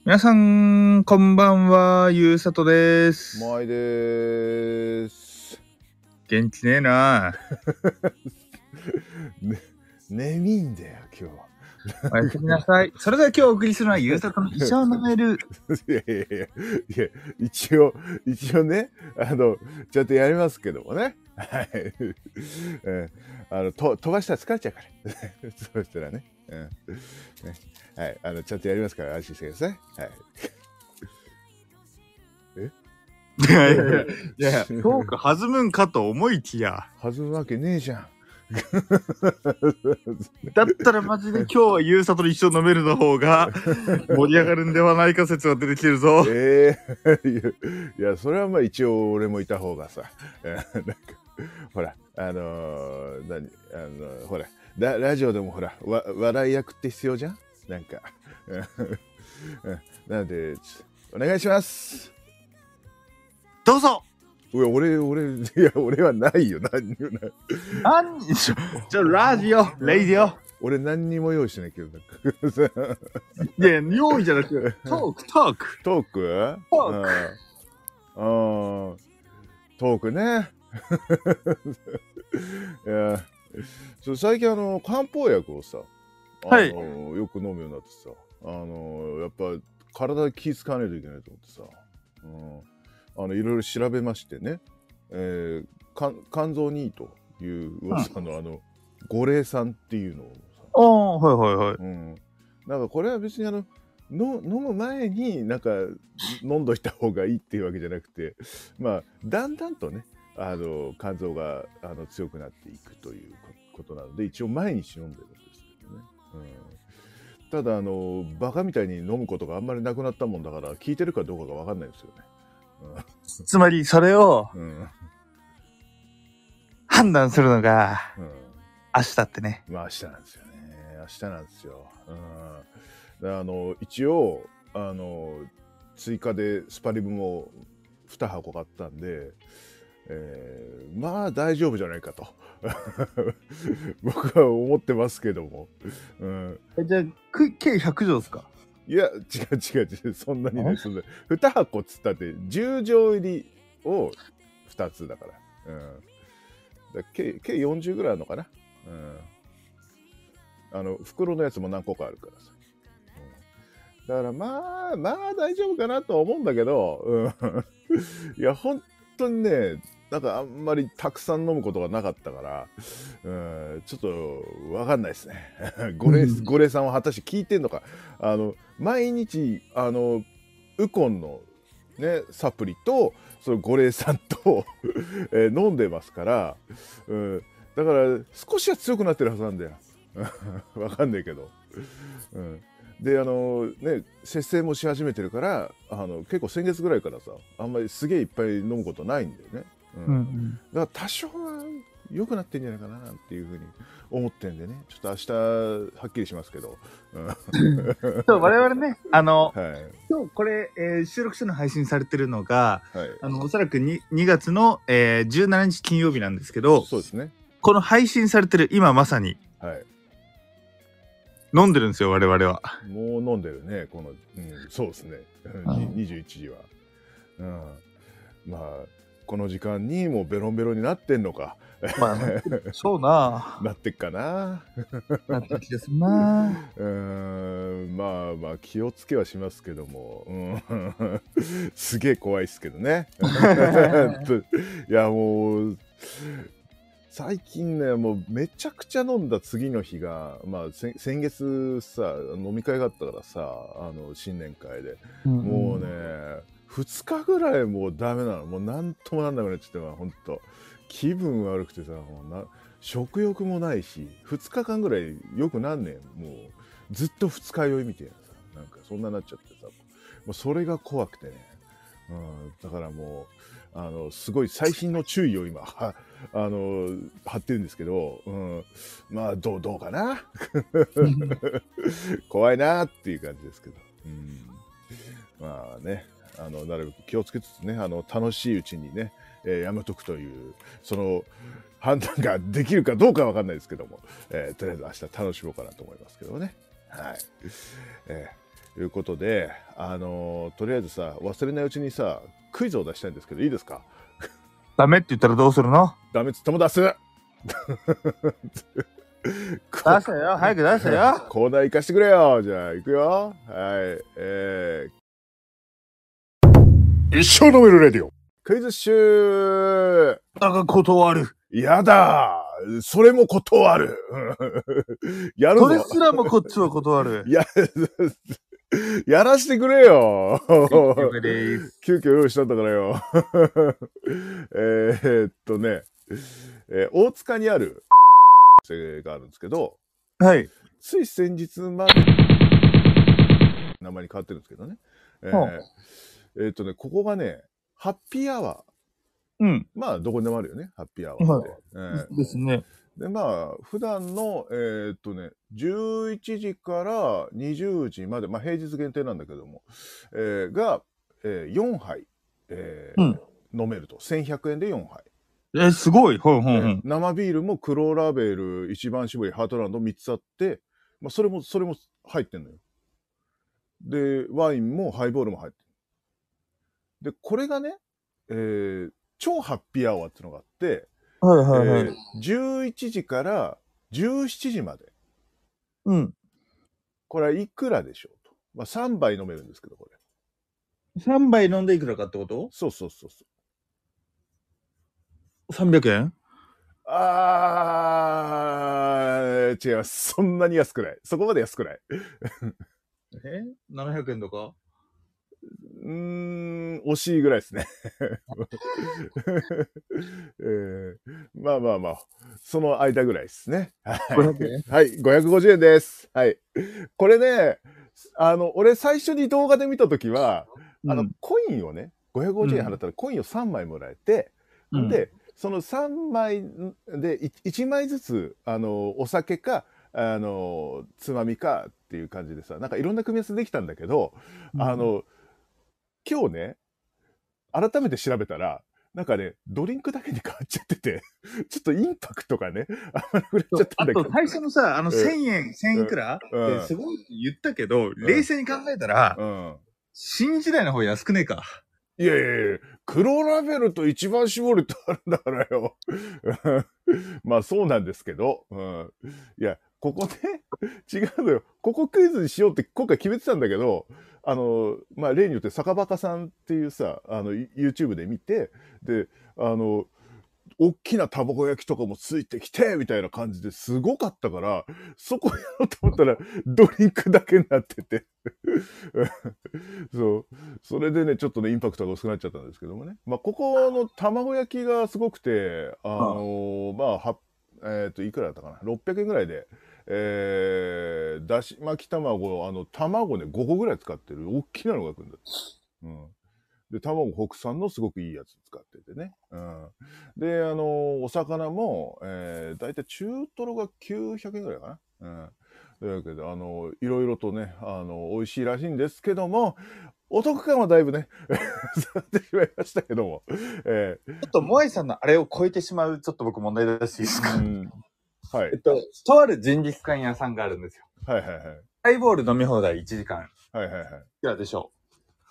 皆さん、こんばんは、ゆうさとです。 まいでーす。 元気ねえな。 眠いんだよ、今日。 おやすみなさい。それでは今日お送りするのは、ゆうさとの一生のメール。 いやいやいや、一応ね、ちゃんとやりますけどもね。はい。飛ばしたら疲れちゃうから。そうしたらね。ね、はい。ちゃんとやりますから安心してください。はい。 いや、トーク弾むんかと思いきや。 弾むわけねえじゃん。 だったらマジで今日はゆうさとの一生のメールの方が盛り上がるんではないか説が出てきてるぞ。 いや、それはまあ一応俺もいた方がさ、なんかほら、ほら、ラジオでもほら、笑い役って必要じゃんなんか。なので、お願いします。 どうぞ。 俺はないよ、何にもない。 ラジオ、レイディオ。 俺何にも用意してないけど、 いや、用意じゃなくて、トーク。 トークね。いや、最近漢方薬をさ、 はい、 よく飲むようになってさ、やっぱ体気使わないといけないと思ってさ、いろいろ調べましてね、肝臓にいいという噂の五苓散っていうのをさ、 はい。 なんかこれは別に飲む前になんか飲んどいた方がいいっていうわけじゃなくて、まあだんだんとね肝臓が強くなっていくということなので、一応毎日飲んでるんですけどね。ただバカみたいに飲むことがあんまりなくなったもんだから、効いてるかどうかが分かんないんですよね。 つまりそれを判断するのが明日ってね。 まあ明日なんですよね。明日なんですよ。一応追加でスパリブも2箱買ったんで、まあ大丈夫じゃないかと僕は思ってますけども。 じゃあ計100錠ですか？ いや違う、そんなにね、2箱っつったって10錠入りを2つだから、計40ぐらいあるのかな。袋のやつも何個かあるからさ、だからまあ大丈夫かなとは思うんだけど、いや本当にね、なんかあんまりたくさん飲むことがなかったから、ちょっと分かんないですね。五苓散は果たして効いてんのか。毎日ウコンのねサプリとその五苓散と飲んでますから、だから少しは強くなってるはずなんだよ。分かんないけど。で節制もし始めてるから、結構先月ぐらいからさ、あんまりすげえいっぱい飲むことないんだよね。だから多少は良くなってんじゃないかななんていうふうに思ってんでね、ちょっと明日はっきりしますけど、 そう我々ね、 はい、 今日これ、収録しての配信されてるのが、 はい、 おそらく 2月の、17日金曜日なんですけど、 そうですね。 この配信されてる今まさに、 はい、 飲んでるんですよ我々は。 もう飲んでるね、そうですね、21時は。まあこの時間にもうベロンベロンになってんのか。 まあそうななってっかな。 なってきですな。 まあ気をつけはしますけども、すげえ怖いっすけどね。いやもう最近ね、もうめちゃくちゃ飲んだ次の日が、まあ先月さ飲み会があったからさ、新年会で、もうね2日ぐらいもうダメなの。もうなんともなんなくなっちゃって、ほんと気分悪くてさ、食欲もないし、2日間ぐらいよくなんねん。もうずっと二日酔いみたいなさ、なんかそんなになっちゃってさ、もうそれが怖くてね、だからもうすごい細心の注意を今貼ってるんですけど、まあどうかな。怖いなっていう感じですけど、まあね、なるべく気をつけつつね、楽しいうちにね、やめとくというその判断ができるかどうかは分かんないですけども、とりあえず明日楽しもうかなと思いますけどね。はい。 いうことで、とりあえずさ、忘れないうちにさ、クイズを出したいんですけど、いいですか？ ダメって言ったらどうするの？ ダメっつっても出す。 出せよ、早く出せよ。 コーナー行かしてくれよ。じゃあ、行くよ。はい。一生飲めるレディオ。クイズッシュー。 だが断る。 やだー。それも断る。やるぞ。 それすらもこっちは断る。 やらしてくれよ。 了解です。 急遽用意したんだからよ。大塚にあるがあるんですけど、 はい。 つい先日まで名前に変わってるんですけどね。ここがね、ハッピーアワー。 うん。 まあ、どこにでもあるよね、ハッピーアワーって。 ですね。 で、まあ、普段の、11時から20時まで、まあ、平日限定なんだけども、が、4杯、飲めると。1100円で4杯。 すごい。 生ビールも黒ラベル、一番搾り、ハートランド3つあって、まあ、それも入ってんのよ。で、ワインもハイボールも入ってる。で、これがね、超ハッピーアワーってのがあって、11時から17時まで。 うん。 これはいくらでしょうと。まあ、3杯飲めるんですけど、これ。 3杯飲んでいくらかってこと？ そうそうそうそう。 300円？ 違います。そんなに安くない。そこまで安くない。 700円とか？ 惜しいぐらいですね。まあまあまあ、その間ぐらいですね。 500円？ はい、550円です。はい。これね、俺最初に動画で見たときは、コインをね、550円払ったらコインを3枚もらえて、で、その3枚で1枚ずつ、お酒か、つまみかっていう感じでさ、なんかいろんな組み合わせできたんだけど、今日ね、改めて調べたら、なんかね、ドリンクだけに変わっちゃってて、ちょっとインパクトがね、あんまり触れちゃったんだけど。 あと最初のさ、1000円、1000いくらってすごい言ったけど、冷静に考えたら、新時代の方安くねえか。 いやいやいや、黒ラベルと一番搾るとあるんだからよ。まあそうなんですけど、いや、ここね、違うのよ。ここクイズにしようって今回決めてたんだけど、まあ例によって坂バカさんっていうさ、YouTube で見て、で、大きな卵焼きとかもついてきて、みたいな感じですごかったから、そこやろうと思ったら、ドリンクだけになってて。そう。それでね、ちょっとね、インパクトが薄くなっちゃったんですけどもね。まあ、ここの卵焼きがすごくて、まあ、いくらだったかな。600円ぐらいで、だし巻き卵、卵ね、5個ぐらい使ってる、大きなのが来るんだ。うん。で、卵国産のすごくいいやつ使っててね。で、お魚も、だいたい中トロが900円ぐらいかな。というわけで、いろいろとね、美味しいらしいんですけども、お得感はだいぶね、下がってしまいましたけども。ちょっと、モアイさんのあれを超えてしまう、ちょっと僕問題出していいですか？ はい。 とあるジンギスカン屋さんがあるんですよ。 はいはいはい。 ハイボール飲み放題1時間。 はいはいはい。 いくらでしょ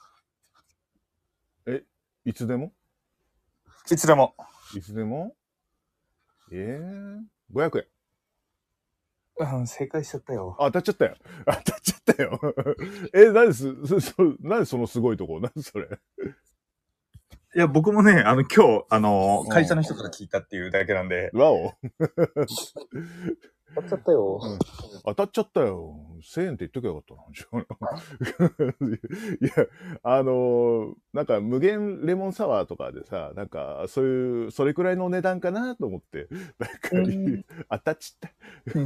いつでもう？いつでも。 いつでも500円。 正解しちゃったよ。 当たっちゃったよ。当たっちゃったよ。何そのすごいとこ？何それ？ いや、僕もね、今日、会社の人から聞いたっていうだけなんで。 わお。 当たっちゃったよ。 当たっちゃったよ。1000円って言っときゃよかったな。いや、なんか無限レモンサワーとかでさ、なんかそういう、それくらいの値段かなと思って、なんか当たっちゃった。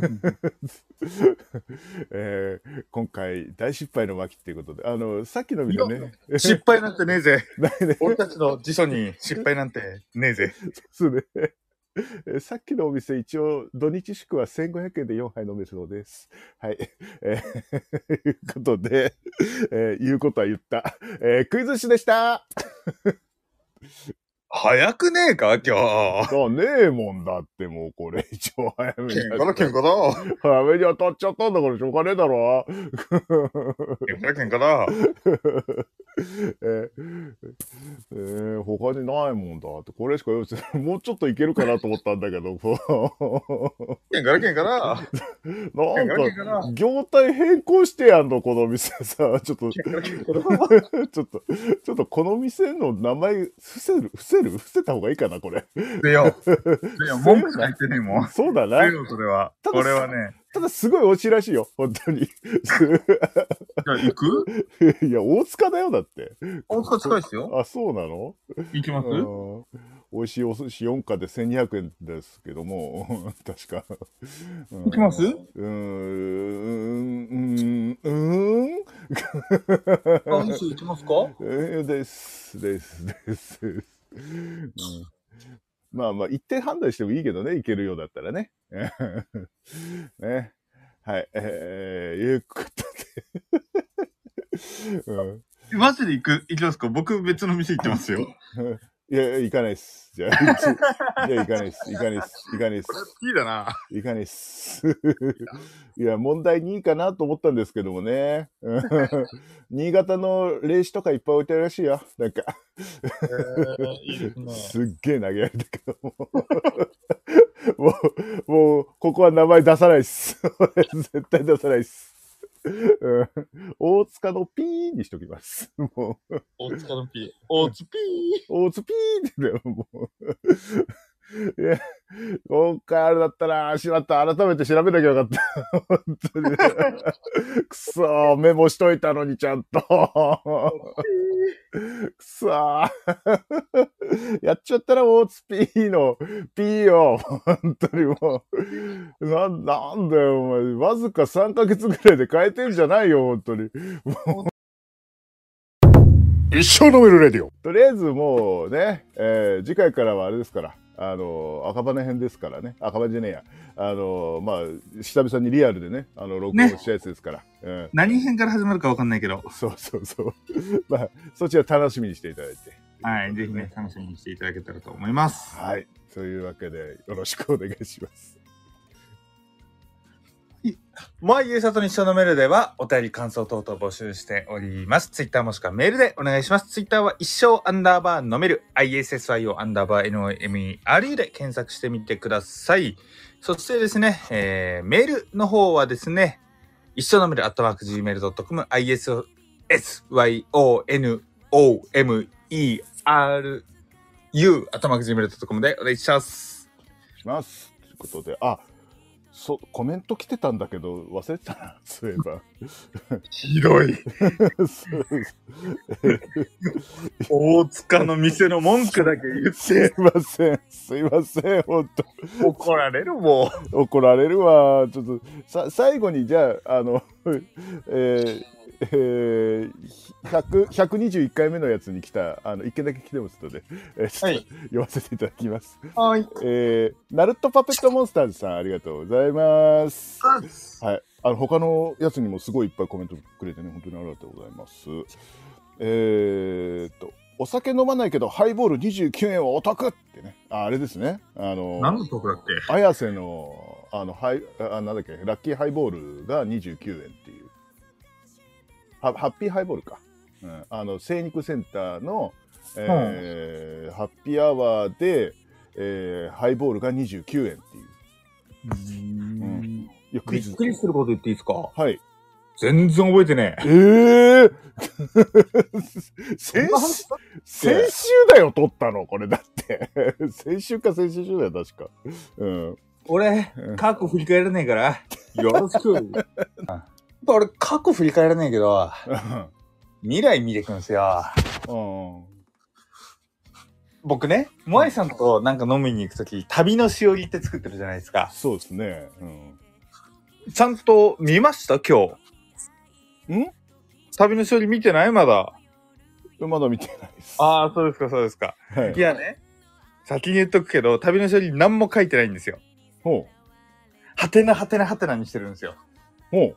今回大失敗の巻っていうことで、さっきの店ね。 失敗なんてねえぜ。俺たちの辞書に失敗なんてねえぜ。 そうね。さっきのお店、一応、土日祝は1500円で4杯飲めるそうです。はい。いうことで、言うことは言った。クイズッシュでした早くねえか今日。 ねえもんだってもうこれ以上早めに。 喧嘩だ。 早めに当たっちゃったんだからしょうがねえだろ。 喧嘩だ。 他にないもんだって、これしか用意してない。もうちょっといけるかなと思ったんだけど、 喧嘩だ。 なんか、業態変更してやんの、この店さ。ちょっとこの店の名前、伏せた方がいいかな、これ。 文句書いてねえもん。 そうだな。 それは。これはね。 ただすごい美味しいらしいよ、本当に。 行く？ いや、大塚だよ、だって。 大塚近いっすよ。 あ、そうなの？ 行きます？ 美味しいお寿司4貫で1200円ですけども、確か。 行きます？いいし、行きますか？ です。まあまあ、一定判断してもいいけどね、いけるようだったらね。ね。はい。いうことで。 マジで行きますか？僕別の店行ってますよ。 いや、行かないっす。じゃあ行かないっす。いいだな。行かないっす。いや、問題2位かなと思ったんですけどもね。新潟の霊視とかいっぱい置いてあるらしいよ。なんか。いいですね。すっげえ投げられたけども。もう、ここは名前出さないっす。絶対出さないっす。大塚のピーにしときます。もう大塚のピー。大津ピーってね、もう。いや、今回あれだったな、しまった。改めて調べなきゃよかった。本当に。くそー、メモしといたのにちゃんと。くそー。やっちゃったら大津ピーのピーよ。本当にもう。なんだよ、お前。わずか3ヶ月ぐらいで変えてんじゃないよ、本当に。一生飲めるレディオ。とりあえずもうね、次回からはあれですから、赤羽編ですからね。赤羽じゃねえや。まあ、久々にリアルでね、録音したやつですから。 何編から始まるかわかんないけど。 そう。まあ、そちら楽しみにしていただいて。 はい、ぜひね、楽しみにしていただけたらと思います。 はい。というわけで、よろしくお願いします。 もあゆうさとに一緒のメールではお便り感想等々募集しております。ツイッターもしくはメールでお願いします。ツイッターは一生_飲める ISSIO_NOMERU で検索してみてください。そしてですね、メールの方はですね、一生飲める@gmail.com ISSYONOMERU@gmail.com でお願いします。 ということで、コメント来てたんだけど、忘れてたな、そういえば。 ひどい。大塚の店の文句だけ言って。 すいません、ほんと。 怒られるもん。怒られるわ。ちょっと、最後に、じゃあ、121回目のやつに来た、一件だけ来てますので、ちょっと読ませていただきます。 はい。 ナルトパペットモンスターズさん、ありがとうございます。はい。他のやつにもすごいいっぱいコメントくれてね、本当にありがとうございます。お酒飲まないけど、ハイボール29円はお得ってね。あれですね。 何の得だっけ？ 綾瀬の、なんだっけ、ラッキーハイボールが29円っていう。ハッピーハイボールか。精肉センターの、ハッピーアワーで、ハイボールが29円っていう。 びっくりすること言っていいですか？はい。全然覚えてねえ。先週だよ、撮ったの、これだって。先週だよ、確か。 俺、過去振り返らねえから、よろしく。俺、過去振り返らねえけど、未来見ていくんですよ。僕ね、モアイさんとなんか飲みに行くとき、旅のしおりって作ってるじゃないですか。 そうですね。 ちゃんと見ました今日。旅のしおり見てないまだ。 まだ見てないです。 ああ、そうですか。はい、いやね、先に言っとくけど、旅のしおり何も書いてないんですよ。 ほう。 はてなにしてるんですよ。 ほう。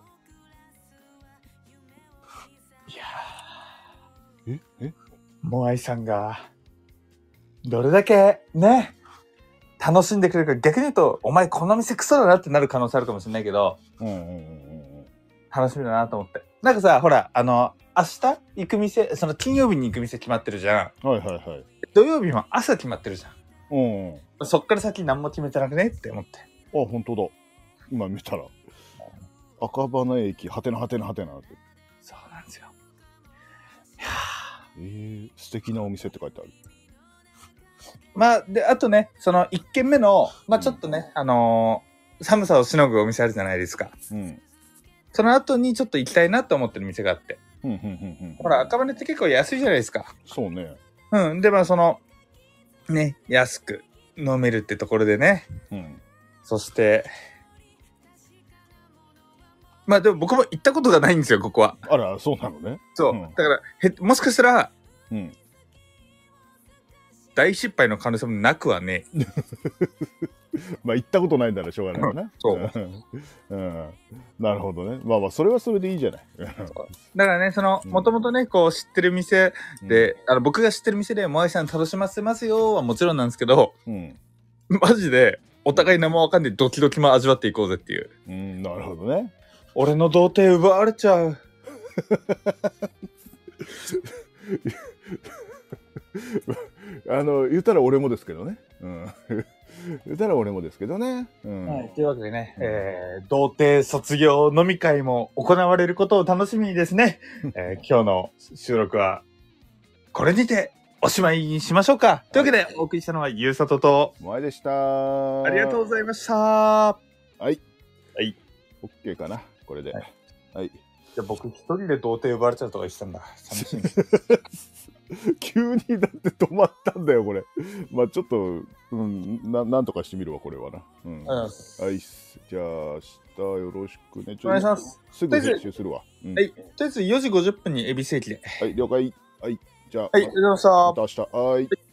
いやー。モアイさんが、 どれだけね、楽しんでくれるか、逆に言うと、お前この店クソだなってなる可能性あるかもしれないけど、楽しみだなと思って。なんかさ、ほら、明日行く店、その金曜日に行く店決まってるじゃん。 はいはいはい。 土曜日も朝決まってるじゃん。 うん。 そっから先何も決めてなくねって思って。 あ、本当だ。今見たら。赤羽駅、はてなはてなはてなって。 そうなんですよ。 素敵なお店って書いてある。 まあ、で、あとね、その1軒目の、まあちょっとね、寒さをしのぐお店あるじゃないですか。 うん。 その後にちょっと行きたいなと思ってる店があって。ほら、赤羽って結構安いじゃないですか。 そうね。 うん。で、まあその、ね、安く飲めるってところでね。 うん。 そして、まあでも僕も行ったことがないんですよ、ここは。 あら、そうなのね。 そう。 うん、 だから、もしかしたら、 うん、 大失敗の可能性もなくはね。 まあ行ったことないんだらしょうがないよね。 そう。 うん。なるほどね。まあまあ、それはそれでいいじゃない。 だからね、その、もともとね、こう知ってる店で、僕が知ってる店で、もやしさん楽しませますよはもちろんなんですけど、うん、マジで、お互い何もわかんないドキドキも味わっていこうぜっていう。 うん、なるほどね。 俺の童貞奪われちゃう。 言ったら俺もですけどね。うん。言ったら俺もですけどね。 うん、はい。というわけでね、童貞卒業飲み会も行われることを楽しみにですね、今日の収録はこれにておしまいにしましょうか。というわけでお送りしたのはゆうさとともあいでした。 ありがとうございました。 はい。 はい。 OK かな、これで。はい。はい、 じゃあ僕一人で童貞呼ばれちゃうとか言ってたんだ。寂しい。 急にだって止まったんだよ、これ。まあちょっと、うん、なんとかしてみるわ、これはな。うん。はい。じゃあ、明日よろしくね。 お願いします。 すぐ編集するわ。 うん、はい。とりあえず4時50分に恵比寿駅で。 はい、了解。はい。じゃあ、 はい、ありがとうございました。 また明日。はい。